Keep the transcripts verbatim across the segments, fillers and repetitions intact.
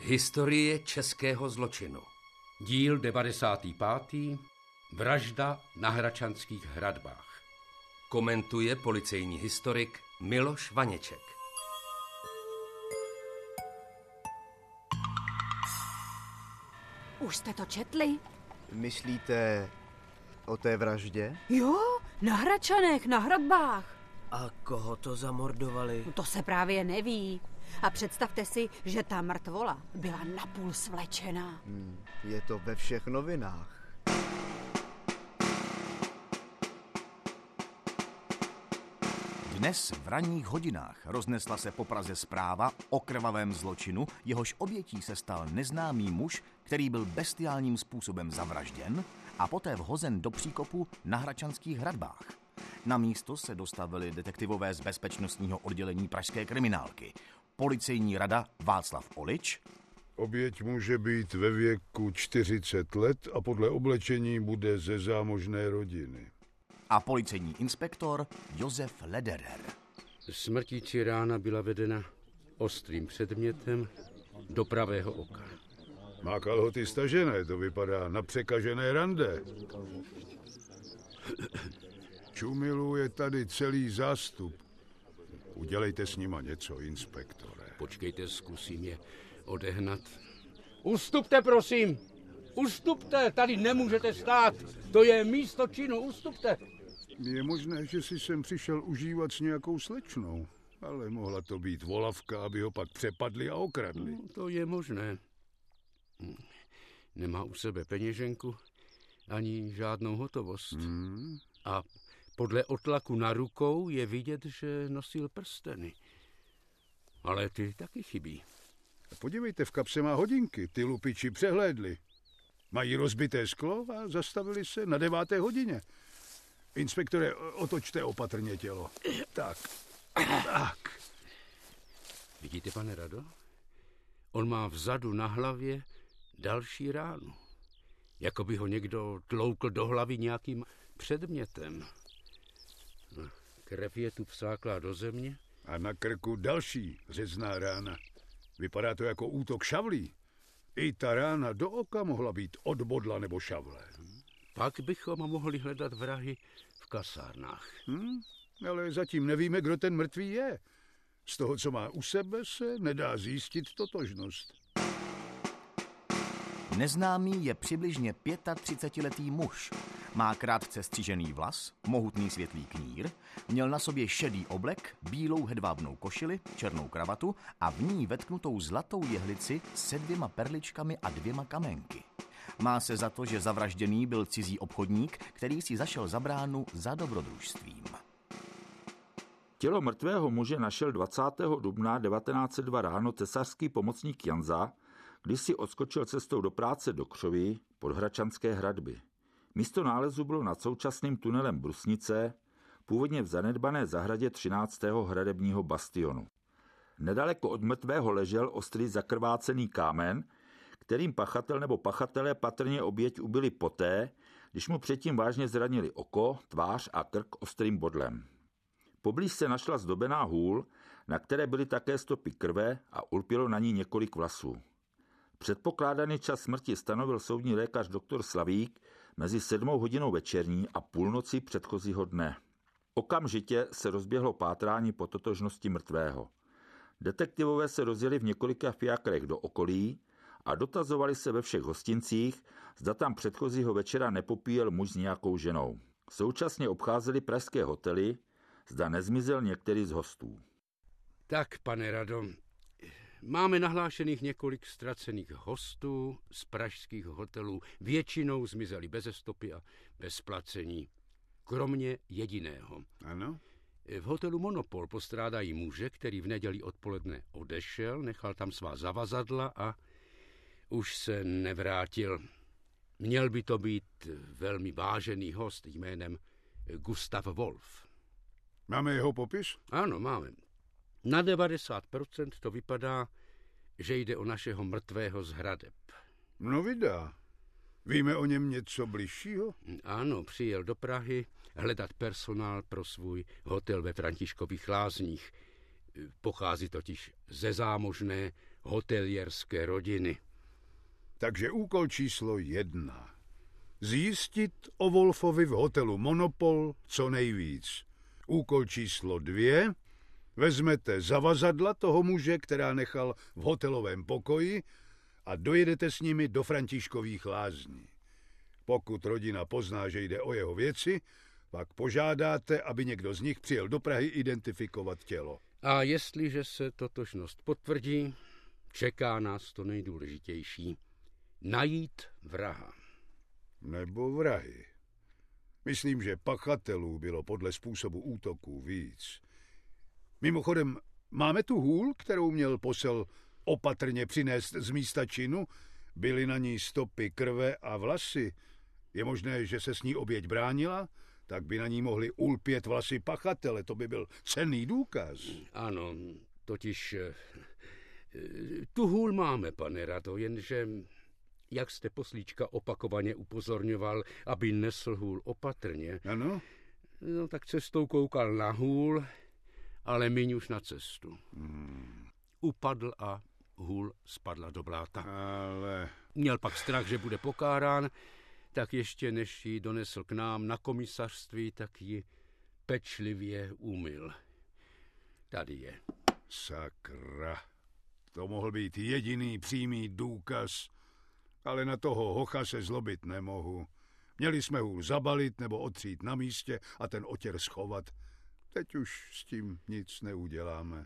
Historie českého zločinu. Díl devadesátý pátý. Vražda na Hradčanských hradbách. Komentuje policejní historik Miloš Vaněček. Už jste to četli? Myslíte o té vraždě? Jo, na Hradčanech, na hradbách. A koho to zamordovali? To se právě neví. A představte si, že ta mrtvola byla napůl svlečená. Hmm, je to ve všech novinách. Dnes v ranních hodinách roznesla se po Praze zpráva o krvavém zločinu, jehož obětí se stal neznámý muž, který byl bestiálním způsobem zavražděn a poté vhozen do příkopu na Hradčanských hradbách. Na místo se dostavili detektivové z bezpečnostního oddělení pražské kriminálky. Policejní rada Václav Olič. Oběť může být ve věku čtyřicet let a podle oblečení bude ze zámožné rodiny. A policejní inspektor Josef Lederer. Smrtící rána byla vedena ostrým předmětem do pravého oka. Má kalhoty stažené, to vypadá na překažené rande. Čumilů je tady celý zástup. Udělejte s nima něco, inspektore. Počkejte, zkusím je odehnat. Ustupte, prosím! Ustupte, tady nemůžete stát. To je místo činu, ustupte. Je možné, že si sem přišel užívat s nějakou slečnou, ale mohla to být volavka, aby ho pak přepadli a okradli. No, to je možné. Nemá u sebe peněženku ani žádnou hotovost. Hmm. A podle otlaku na rukou je vidět, že nosil prsteny. Ale ty taky chybí. Podívejte, v kapse má hodinky, ty lupiči přehlédli. Mají rozbité sklo a zastavili se na deváté hodině. Inspektore, otočte opatrně tělo. Tak, tak. Vidíte, pane Rado? On má vzadu na hlavě další ránu. Jako by ho někdo tloukl do hlavy nějakým předmětem. Krev je tu vsáklá do země. A na krku další řezná rána. Vypadá to jako útok šavlí. I ta rána do oka mohla být od bodla nebo šavle. Pak bychom mohli hledat vrahy v kasárnách. Hmm, ale zatím nevíme, kdo ten mrtvý je. Z toho, co má u sebe, se nedá zjistit totožnost. Neznámý je přibližně třicetiletý muž. Má krátce střížený vlas, mohutný světlý knír, měl na sobě šedý oblek, bílou hedvábnou košili, černou kravatu a v ní vetknutou zlatou jehlici se dvěma perličkami a dvěma kamenky. Má se za to, že zavražděný byl cizí obchodník, který si zašel za bránu za dobrodružstvím. Tělo mrtvého muže našel dvacátého dubna devatenáct set dva ráno tesařský pomocník Janza, když si odskočil cestou do práce do Křoví pod Hradčanské hradby. Místo nálezu bylo nad současným tunelem Brusnice, původně v zanedbané zahradě třináctého hradebního bastionu. Nedaleko od mrtvého ležel ostrý zakrvácený kámen, kterým pachatel nebo pachatelé patrně oběť ubili poté, když mu předtím vážně zranili oko, tvář a krk ostrým bodlem. Poblíž se našla zdobená hůl, na které byly také stopy krve a ulpělo na ní několik vlasů. Předpokládaný čas smrti stanovil soudní lékař doktor Slavík mezi sedmou hodinou večerní a půlnocí předchozího dne. Okamžitě se rozběhlo pátrání po totožnosti mrtvého. Detektivové se rozjeli v několika fiakrech do okolí a dotazovali se ve všech hostincích, zda tam předchozího večera nepopíjel muž s nějakou ženou. Současně obcházeli pražské hotely, zda nezmizel některý z hostů. Tak, pane Rado, máme nahlášených několik ztracených hostů z pražských hotelů. Většinou zmizeli beze stopy a bez placení. Kromě jediného. Ano? V hotelu Monopol postrádají muže, který v neděli odpoledne odešel, nechal tam svá zavazadla a už se nevrátil. Měl by to být velmi vážený host jménem Gustav Wolf. Máme jeho popis? Ano, máme. Na devadesát procent to vypadá, že jde o našeho mrtvého z hradeb. No vydá. Víme o něm něco bližšího? Ano, přijel do Prahy hledat personál pro svůj hotel ve Františkových Lázních. Pochází totiž ze zámožné hotelierské rodiny. Takže úkol číslo jedna. Zjistit o Wolfovi v hotelu Monopol co nejvíc. Úkol číslo dvě. Vezmete zavazadla toho muže, která nechal v hotelovém pokoji, a dojedete s nimi do Františkových Lázní. Pokud rodina pozná, že jde o jeho věci, pak požádáte, aby někdo z nich přijel do Prahy identifikovat tělo. A jestliže se totožnost potvrdí, čeká nás to nejdůležitější. Najít vraha. Nebo vrahy. Myslím, že pachatelů bylo podle způsobu útoků víc. Mimochodem, máme tu hůl, kterou měl posel opatrně přinést z místa činu? Byly na ní stopy krve a vlasy. Je možné, že se s ní oběť bránila? Tak by na ní mohli ulpět vlasy pachatele, to by byl cenný důkaz. Ano, totiž tu hůl máme, pane Rado, jenže jak jste poslíčka opakovaně upozorňoval, aby nesl hůl opatrně, ano? No tak cestou koukal na hůl, ale míň už na cestu. Hmm. Upadl a hůl spadla do bláta. Ale... Měl pak strach, že bude pokárán, tak ještě než ji donesl k nám na komisařství, tak ji pečlivě umyl. Tady je. Sakra. To mohl být jediný přímý důkaz, ale na toho hocha se zlobit nemohu. Měli jsme hůl zabalit nebo otřít na místě a ten otěr schovat. Teď už s tím nic neuděláme.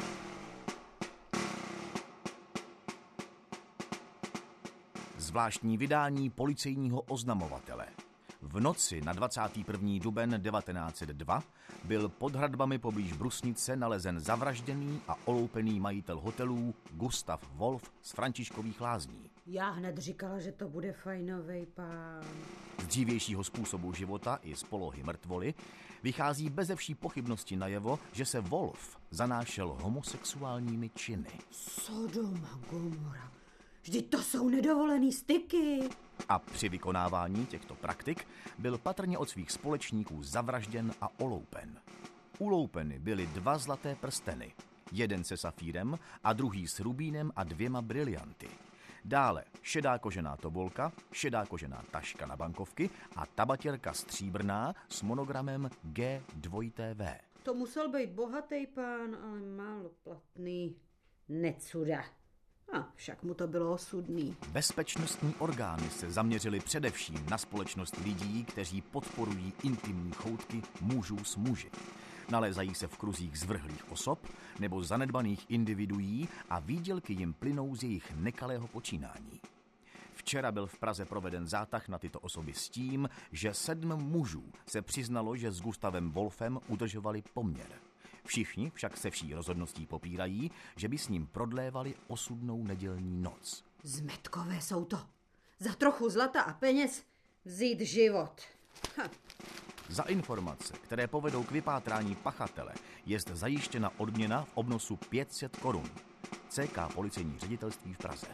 Zvláštní vydání policejního oznamovatele. V noci na dvacátý první duben devatenáct set dva byl pod hradbami poblíž Brusnice nalezen zavražděný a oloupený majitel hotelů Gustav Wolf z Františkových Lázní. Já hned říkala, že to bude fajnovej pán. Z dřívějšího způsobu života i z polohy mrtvoly vychází beze vší pochybnosti najevo, že se Wolf zanášel homosexuálními činy. Sodoma Gomora. Vždyť to jsou nedovolený styky. A při vykonávání těchto praktik byl patrně od svých společníků zavražděn a oloupen. Uloupeny byly dva zlaté prsteny, jeden se safírem a druhý s rubínem a dvěma brilianty. Dále šedá kožená tobolka, šedá kožená taška na bankovky a tabatěrka stříbrná s monogramem G dva V. To musel být bohatý pán, ale málo platný. Necuda. A však mu to bylo osudný. Bezpečnostní orgány se zaměřily především na společnost lidí, kteří podporují intimní choutky mužů s muži. Nalézají se v kruzích zvrhlých osob nebo zanedbaných individuí a výdělky jim plynou z jejich nekalého počínání. Včera byl v Praze proveden zátah na tyto osoby s tím, že sedm mužů se přiznalo, že s Gustavem Wolfem udržovali poměr. Všichni však se vší rozhodností popírají, že by s ním prodlévali osudnou nedělní noc. Zmetkové jsou to. Za trochu zlata a peněz vzít život. Ha. Za informace, které povedou k vypátrání pachatele, jest zajištěna odměna v obnosu pět set korun. C K Policejní ředitelství v Praze.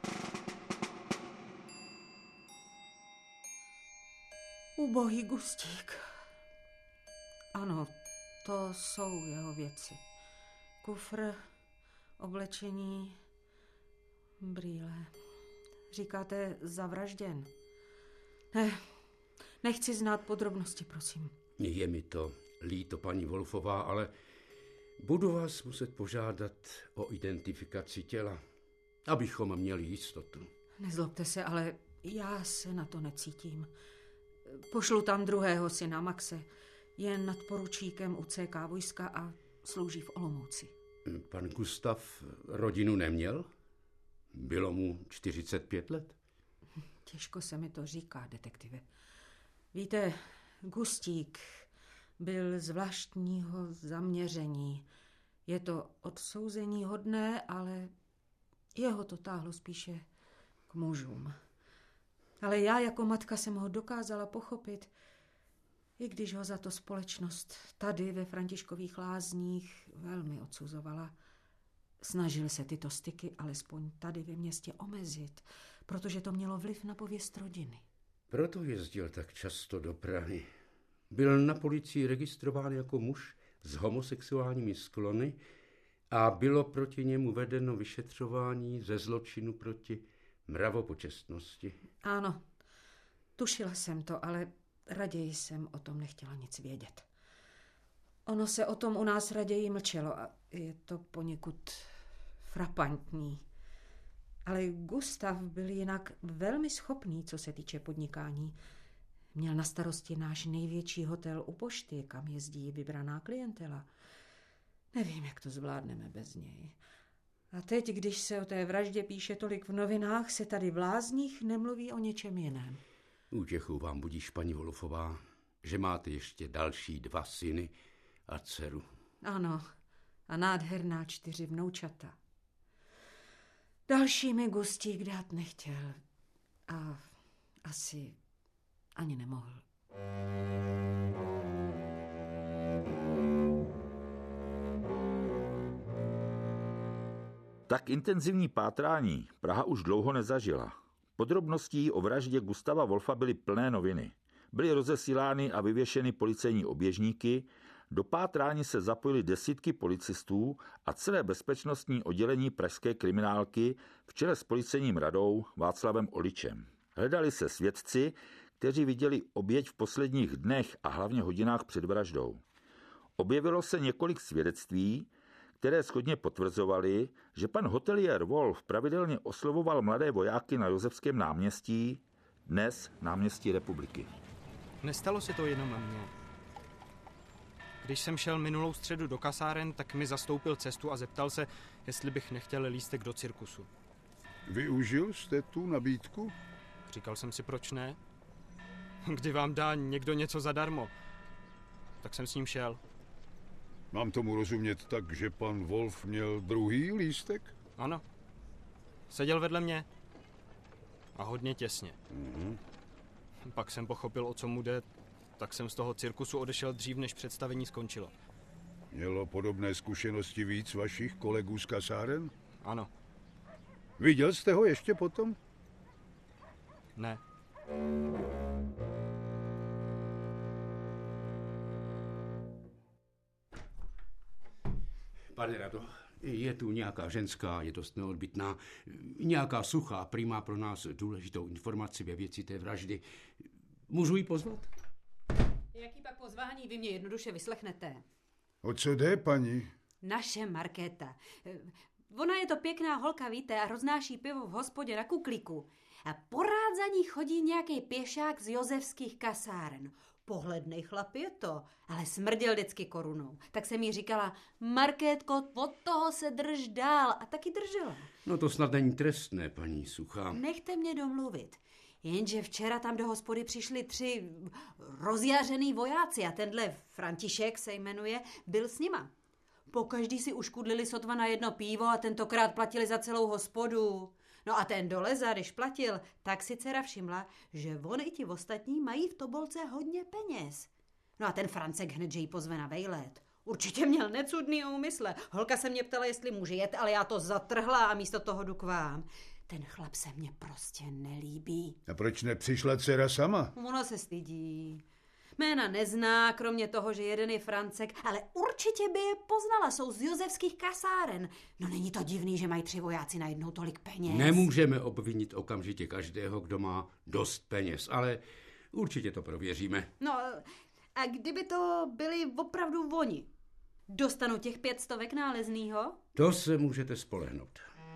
Ubohý Gustík. Ano, to jsou jeho věci. Kufr, oblečení, brýle. Říkáte zavražděn. Ne, nechci znát podrobnosti, prosím. Je mi to líto, paní Wolfová, ale budu vás muset požádat o identifikaci těla, abychom měli jistotu. Nezlobte se, ale já se na to necítím. Pošlu tam druhého syna Maxe. Je nadporučíkem u C K vojska a slouží v Olomouci. Pan Gustav rodinu neměl? Bylo mu čtyřicet pět let? Těžko se mi to říká, detektive. Víte, Gustík byl zvláštního zaměření. Je to odsouzení hodné, ale jeho to táhlo spíše k mužům. Ale já jako matka jsem ho dokázala pochopit, i když ho za to společnost tady ve Františkových Lázních velmi odsuzovala. Snažil se tyto styky alespoň tady ve městě omezit, protože to mělo vliv na pověst rodiny. Proto jezdil tak často do Prahy. Byl na policii registrován jako muž s homosexuálními sklony a bylo proti němu vedeno vyšetřování ze zločinu proti mravopočestnosti. Ano, tušila jsem to, ale raději jsem o tom nechtěla nic vědět. Ono se o tom u nás raději mlčelo a je to poněkud frapantní. Ale Gustav byl jinak velmi schopný, co se týče podnikání. Měl na starosti náš největší hotel u pošty, kam jezdí vybraná klientela. Nevím, jak to zvládneme bez něj. A teď, když se o té vraždě píše tolik v novinách, se tady v Lázních nemluví o něčem jiném. Útěchu vám budíš, paní Wolfová, že máte ještě další dva syny a dceru. Ano, a nádherná čtyři vnoučata. Další mi Gustík dát nechtěl a asi ani nemohl. Tak intenzivní pátrání Praha už dlouho nezažila. Podrobností o vraždě Gustava Wolfa byly plné noviny. Byly rozesílány a vyvěšeny policejní oběžníky, do pátrání se zapojili desítky policistů a celé bezpečnostní oddělení pražské kriminálky v čele s policejním radou Václavem Oličem. Hledali se svědci, kteří viděli oběť v posledních dnech a hlavně hodinách před vraždou. Objevilo se několik svědectví, které shodně potvrzovali, že pan hoteliér Wolf pravidelně oslovoval mladé vojáky na Josefském náměstí, dnes náměstí Republiky. Nestalo se to jenom na mě. Když jsem šel minulou středu do kasáren, tak mi zastoupil cestu a zeptal se, jestli bych nechtěl lístek do cirkusu. Využil jste tu nabídku? Říkal jsem si, proč ne? Kdy vám dá někdo něco zadarmo? Tak jsem s ním šel. Mám tomu rozumět tak, že pan Wolf měl druhý lístek? Ano. Seděl vedle mě. A hodně těsně. Mm-hmm. Pak jsem pochopil, o co mu jde, tak jsem z toho cirkusu odešel dřív, než představení skončilo. Mělo podobné zkušenosti víc vašich kolegů z kasáren? Ano. Viděl jste ho ještě potom? Ne. Pane Rado, je tu nějaká ženská, je dost neodbytná, nějaká suchá, prý má pro nás důležitou informaci ve věci té vraždy. Můžu ji pozvat? Jaký pak pozvání vy mě jednoduše vyslechnete? O co jde, paní? Naše Markéta. Ona je to pěkná holka, víte, a roznáší pivo v hospodě na kuklíku. A porád za ní chodí nějaký pěšák z josefských kasáren. Pohlednej chlap je to, ale smrděl vždycky korunou. Tak jsem jí říkala, Markétko, od toho se drž dál. A taky držela. No to snad není trestné, paní Suchá. Nechte mě domluvit. Jenže včera tam do hospody přišli tři rozjařený vojáci a tenhle František se jmenuje, byl s nima. Pokaždý si uškudlili sotva na jedno pivo a tentokrát platili za celou hospodu. No a ten doleza, když platil, tak si dcera všimla, že on i ti ostatní mají v tobolce hodně peněz. No a ten Francek hned, že jí pozve na vejlet. Určitě měl necudný úmysle. Holka se mě ptala, jestli může jet, ale já to zatrhla a místo toho jdu k vám. Ten chlap se mně prostě nelíbí. A proč nepřišla dcera sama? Ona se stydí. Jména nezná, kromě toho, že jeden je Francek, ale určitě by je poznala, jsou z josefských kasáren. No není to divný, že mají tři vojáci najednou tolik peněz. Nemůžeme obvinit okamžitě každého, kdo má dost peněz, ale určitě to prověříme. No a kdyby to byli opravdu oni, dostanu těch pět stovek náleznýho? To se můžete spolehnout.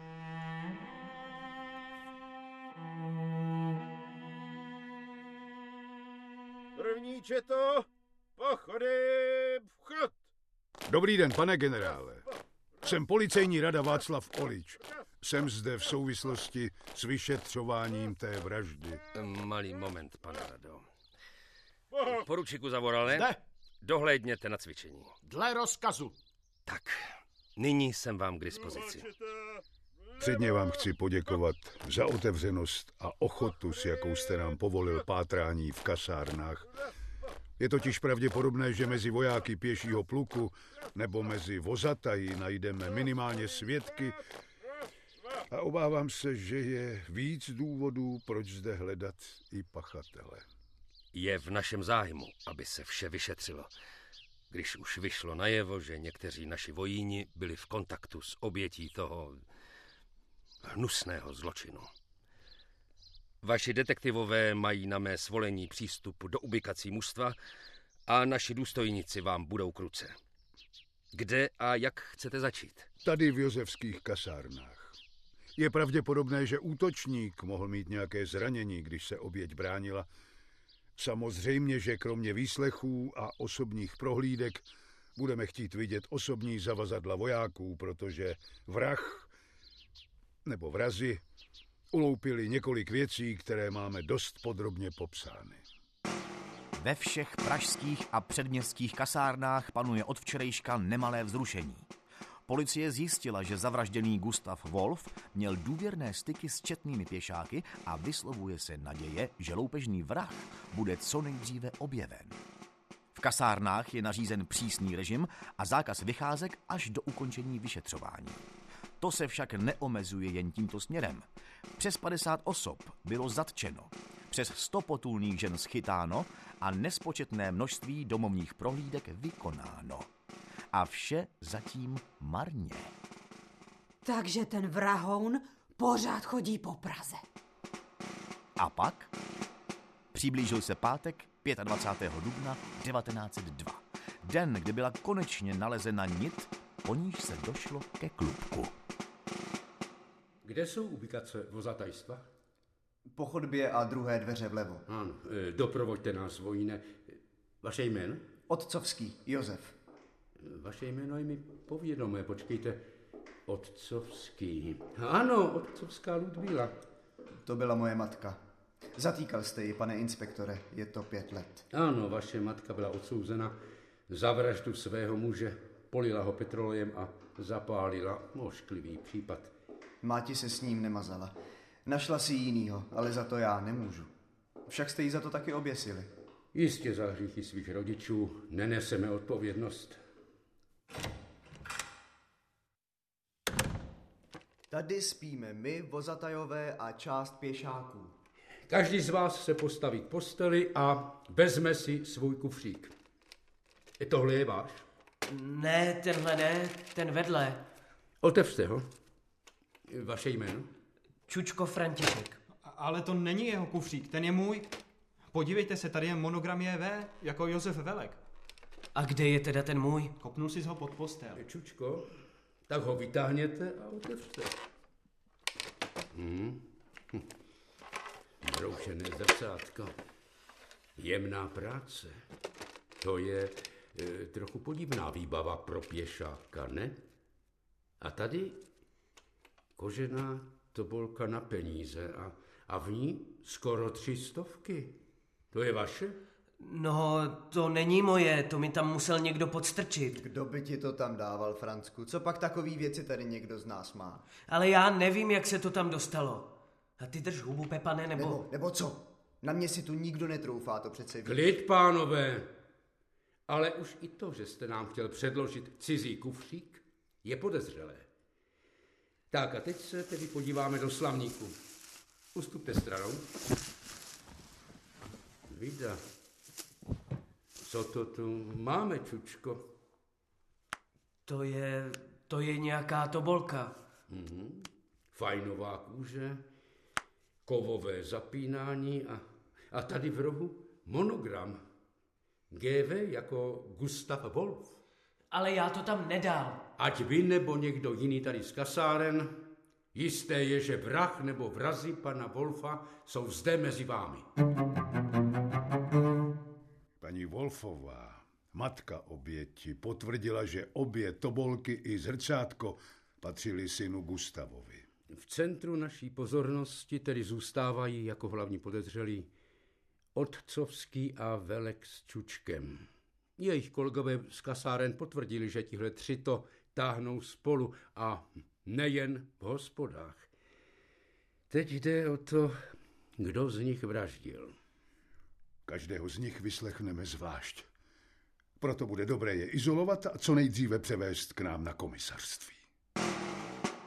První četo, pochody, vchod. Dobrý den, pane generále. Jsem policejní rada Václav Olič. Jsem zde v souvislosti s vyšetřováním té vraždy. Malý moment, pane Rado. Poručíku Zavorale, Zde. dohlédněte na cvičení. Dle rozkazu. Tak, nyní jsem vám k dispozici. Předně vám chci poděkovat za otevřenost a ochotu, s jakou jste nám povolil pátrání v kasárnách. Je totiž pravděpodobné, že mezi vojáky pěšího pluku nebo mezi vozataji najdeme minimálně svědky a obávám se, že je víc důvodů, proč zde hledat i pachatele. Je v našem zájmu, aby se vše vyšetřilo. když už vyšlo najevo, že někteří naši vojíni byli v kontaktu s obětí toho hnusného zločinu. Vaši detektivové mají na mé svolení přístup do ubikací mužstva a naši důstojníci vám budou k ruce. Kde a jak chcete začít? Tady v josefských kasárnách. Je pravděpodobné, že útočník mohl mít nějaké zranění, když se oběť bránila. Samozřejmě, že kromě výslechů a osobních prohlídek budeme chtít vidět osobní zavazadla vojáků, protože vrah nebo vrazi uloupili několik věcí, které máme dost podrobně popsány. Ve všech pražských a předměstských kasárnách panuje od včerejška nemalé vzrušení. Policie zjistila, že zavražděný Gustav Wolf měl důvěrné styky s četnými pěšáky a vyslovuje se naděje, že loupežný vrah bude co nejdříve objeven. V kasárnách je nařízen přísný režim a zákaz vycházek až do ukončení vyšetřování. To se však neomezuje jen tímto směrem. Přes padesát osob bylo zatčeno, přes sto potulných žen schytáno a nespočetné množství domovních prohlídek vykonáno. A vše zatím marně. Takže ten vrahoun pořád chodí po Praze. A pak? Přiblížil se pátek dvacátého pátého dubna devatenáct set dva. Den, kdy byla konečně nalezena nit, po níž se došlo ke klubku. Kde jsou ubikace vozatajstva? Po chodbě a druhé dveře vlevo. Ano, doprovoďte nás, vojíne. Vaše jméno? Otcovský, Josef. Vaše jméno je mi povědomé, počkejte. Otcovský. Ano, otcovská Ludmila. To byla moje matka. Zatýkal jste ji, pane inspektore, je to pět let. Ano, vaše matka byla odsouzena za vraždu svého muže, polila ho petrolejem a zapálila. Ošklivý případ. Máti se s ním nemazala. Našla si jinýho, ale za to já nemůžu. Však jste jí za to taky oběsili. Jistě za hříchy svých rodičů neneseme odpovědnost. Tady spíme my, vozatajové a část pěšáků. Každý z vás se postaví k posteli a vezme si svůj kufřík. Tohle je váš? Ne, tenhle ne, ten vedle. Otevřte ho. Vaše jméno? Čučko František. Ale to není jeho kufřík, ten je můj. Podívejte se, tady je monogram J V, jako Josef Velek. A kde je teda ten můj? Kopnul si ho pod postel. Čučko, tak ho vytáhněte a otevřte. Hmm. Hm. Broušené zrcátko. Jemná práce. To je e, trochu podivná výbava pro pěšáka, ne? A tady kožená tobolka na peníze a, a v ní skoro tři stovky. To je vaše? No, to není moje, to mi tam musel někdo podstrčit. Kdo by ti to tam dával, Francku? Co pak takový věci tady někdo z nás má? Ale já nevím, jak se to tam dostalo. A ty drž hubu, Pepane, nebo... Nebo, nebo co? Na mě si tu nikdo netroufá, to přece víš. Klid, pánové. Ale už i to, že jste nám chtěl předložit cizí kufřík, je podezřelé. Tak a teď se tedy podíváme do slavníku. Ustupte stranou. Vida. Co to tu máme, Čučko? To je... to je nějaká tobolka. Mhm. Fajnová kůže, kovové zapínání a, a tady v rohu monogram. G V jako Gustav Wolf. Ale já to tam nedal. Ať vy nebo někdo jiný tady z kasáren, jisté je, že vrah nebo vrazi pana Wolfa jsou zde mezi vámi. Paní Wolfová, matka oběti, potvrdila, že obě tobolky i zrcátko patřily synu Gustavovi. V centru naší pozornosti tedy zůstávají jako hlavní podezřelí Otcovský a Velek s Čučkem. Jejich kolegové z kasáren potvrdili, že tihle tři to táhnou spolu a nejen v hospodách. Teď jde o to, kdo z nich vraždil. Každého z nich vyslechneme zvlášť. Proto bude dobré je izolovat a co nejdříve převést k nám na komisařství.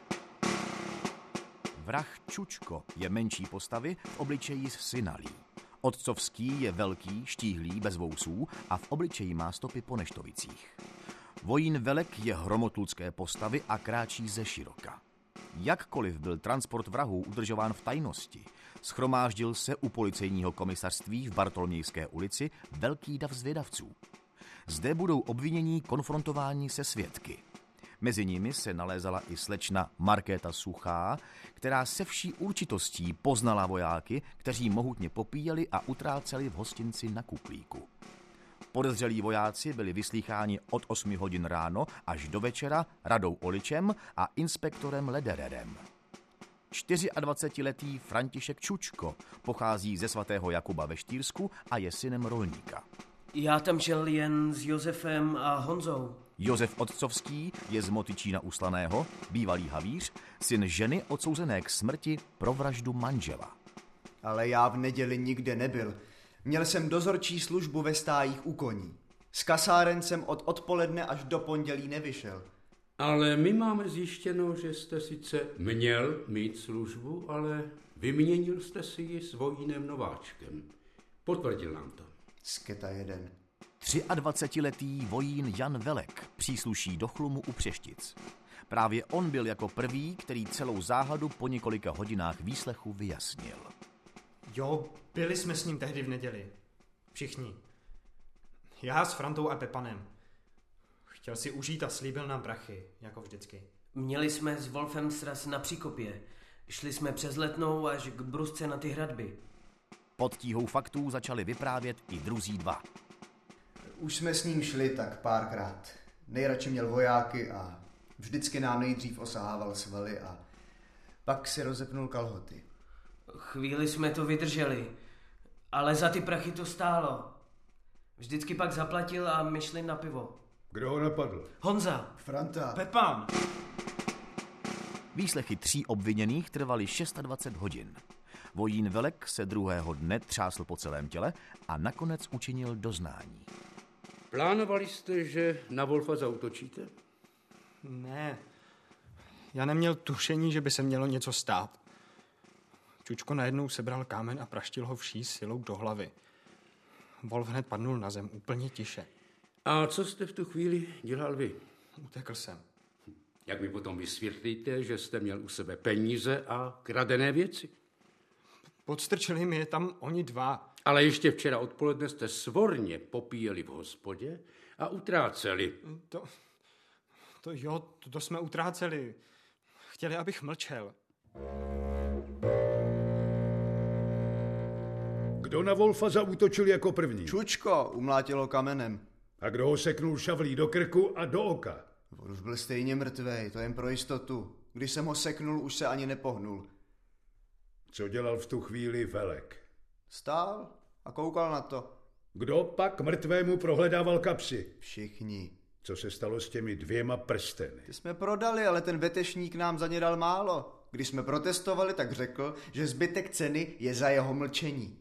Vrah Čučko je menší postavy v obličeji synalý. Otcovský je velký, štíhlý, bez vousů a v obličeji má stopy po neštovicích. Vojín Velek je hromotludské postavy a kráčí ze široka. Jakkoliv byl transport vrahů udržován v tajnosti, schromáždil se u policejního komisařství v Bartolomějské ulici velký dav zvědavců. Zde budou obvinění konfrontováni se svědky. Mezi nimi se nalézala i slečna Markéta Suchá, která se vší určitostí poznala vojáky, kteří mohutně popíjeli a utráceli v hostinci na Kuklíku. Podezřelí vojáci byli vyslýcháni od osmi hodin ráno až do večera Radou Oličem a inspektorem Ledererem. dvacetičtyřletý František Čučko pochází ze svatého Jakuba ve Štýrsku a je synem rolníka. Já tam šel jen s Josefem a Honzou. Josef Otcovský je z Motyčína u Slaného, bývalý havíř, syn ženy odsouzené k smrti pro vraždu manžela. Ale já v neděli nikde nebyl. Měl jsem dozorčí službu ve stájích u koní. S kasáren jsem od odpoledne až do pondělí nevyšel. Ale my máme zjištěno, že jste sice měl mít službu, ale vyměnil jste si ji s Vojínem Nováčkem. Potvrdil nám to. Sketa jeden. dvacetiletý vojín Jan Velek přísluší do Chlumu u Přeštic. Právě on byl jako prvý, který celou záhadu po několika hodinách výslechu vyjasnil. Jo, byli jsme s ním tehdy v neděli. Všichni. Já s Frantou a Pepanem. Chtěl si užít a slíbil nám prachy, jako vždycky. Měli jsme s Wolfem sraz na Příkopě. Šli jsme přes Letnou až k brusce na ty hradby. Pod tíhou faktů začali vyprávět i druzí dva. Už jsme s ním šli tak párkrát. Nejradši měl vojáky a vždycky nám nejdřív osahával svaly a pak si rozepnul kalhoty. Chvíli jsme to vydrželi, ale za ty prachy to stálo. Vždycky pak zaplatil a my šli na pivo. Kdo ho napadl? Honza. Franta. Pepan. Výslechy tří obviněných trvaly dvacet šest hodin. Vojín Velek se druhého dne třásl po celém těle a nakonec učinil doznání. Plánovali jste, že na Wolfa zaútočíte? Ne. Já neměl tušení, že by se mělo něco stát. Čučko najednou sebral kámen a praštil ho vší silou do hlavy. Wolf hned padnul na zem úplně tiše. A co jste v tu chvíli dělal vy? Utekl jsem. Jak mi potom vysvětlíte, že jste měl u sebe peníze a kradené věci? Podstrčili mi je tam oni dva. Ale ještě včera odpoledne jste svorně popíjeli v hospodě a utráceli. To, to jo, to, to jsme utráceli. Chtěli, abych mlčel. Kdo na Wolfa zaútočil jako první? Čučko umlátilo kamenem. A kdo ho seknul šavlí do krku a do oka? On už byl stejně mrtvej, to jen pro jistotu. Když jsem ho seknul, už se ani nepohnul. Co dělal v tu chvíli Velek? Stál a koukal na to. Kdo pak mrtvému prohledával kapsy? Všichni. Co se stalo s těmi dvěma prsteny? Ty jsme prodali, ale ten vetešník nám za ně dal málo. Když jsme protestovali, tak řekl, že zbytek ceny je za jeho mlčení.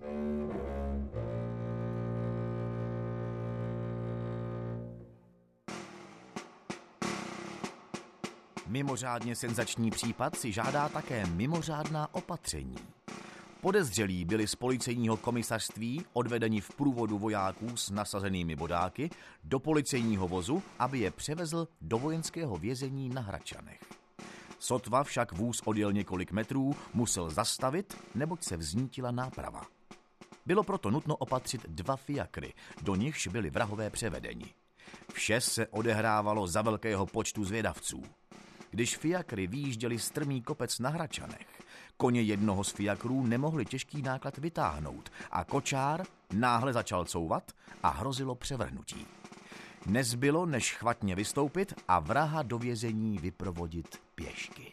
Mimořádně senzační případ si žádá také mimořádná opatření. Podezřelí byli z policejního komisařství odvedeni v průvodu vojáků s nasazenými bodáky do policejního vozu, aby je převezl do vojenského vězení na Hradčanech. Sotva však vůz odjel několik metrů, musel zastavit, neboť se vznítila náprava. Bylo proto nutno opatřit dva fiakry, do nichž byli vrahové převedeni. Vše se odehrávalo za velkého počtu zvědavců. Když fiakry vyjížděli strmý kopec na Hradčanech, koně jednoho z fiakrů nemohli těžký náklad vytáhnout a kočár náhle začal couvat a hrozilo převrhnutí. Nezbylo, než chvatně vystoupit a vraha do vězení vyprovodit pěšky.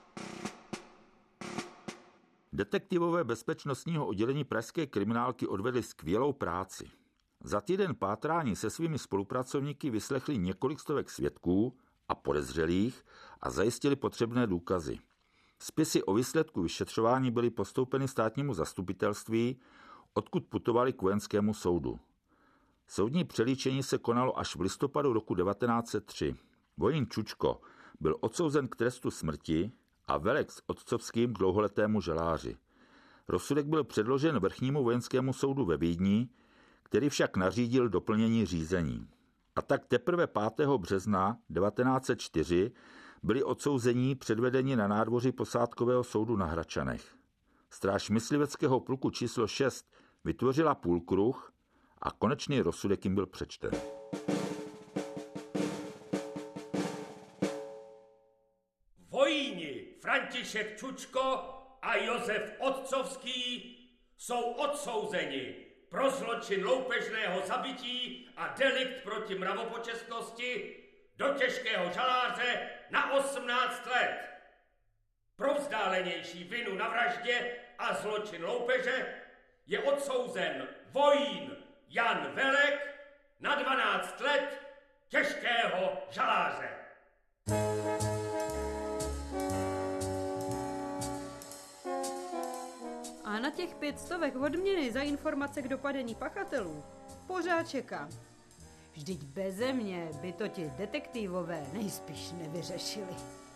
Detektivové bezpečnostního oddělení pražské kriminálky odvedli skvělou práci. Za týden pátrání se svými spolupracovníky vyslechli několik stovek svědků a podezřelých a zajistili potřebné důkazy. Spisy o výsledku vyšetřování byly postoupeny státnímu zastupitelství, odkud putovali k vojenskému soudu. Soudní přelíčení se konalo až v listopadu roku devatenáct set tři. Vojín Čučko byl odsouzen k trestu smrti a Velek s Otcovským k dlouholetému žaláři. Rozsudek byl předložen vrchnímu vojenskému soudu ve Vídni, který však nařídil doplnění řízení. A tak teprve pátého března devatenáct set čtyři byli odsouzení předvedeni na nádvoří posádkového soudu na Hradčanech. Stráž mysliveckého pluku číslo šest vytvořila půlkruh a konečný rozsudek jim byl přečten. Vojíni František Čučko a Josef Otcovský jsou odsouzeni pro zločin loupežného zabití a delikt proti mravopočestnosti do těžkého žaláře na osmnáct let. Pro vzdálenější vinu na vraždě a zločin loupeže je odsouzen vojín Jan Velek na dvanáct let těžkého žaláře. A na těch pět stovek odměny za informace k dopadení pachatelů pořád čekám. Vždyť beze mě by to ti detektivové nejspíš nevyřešili.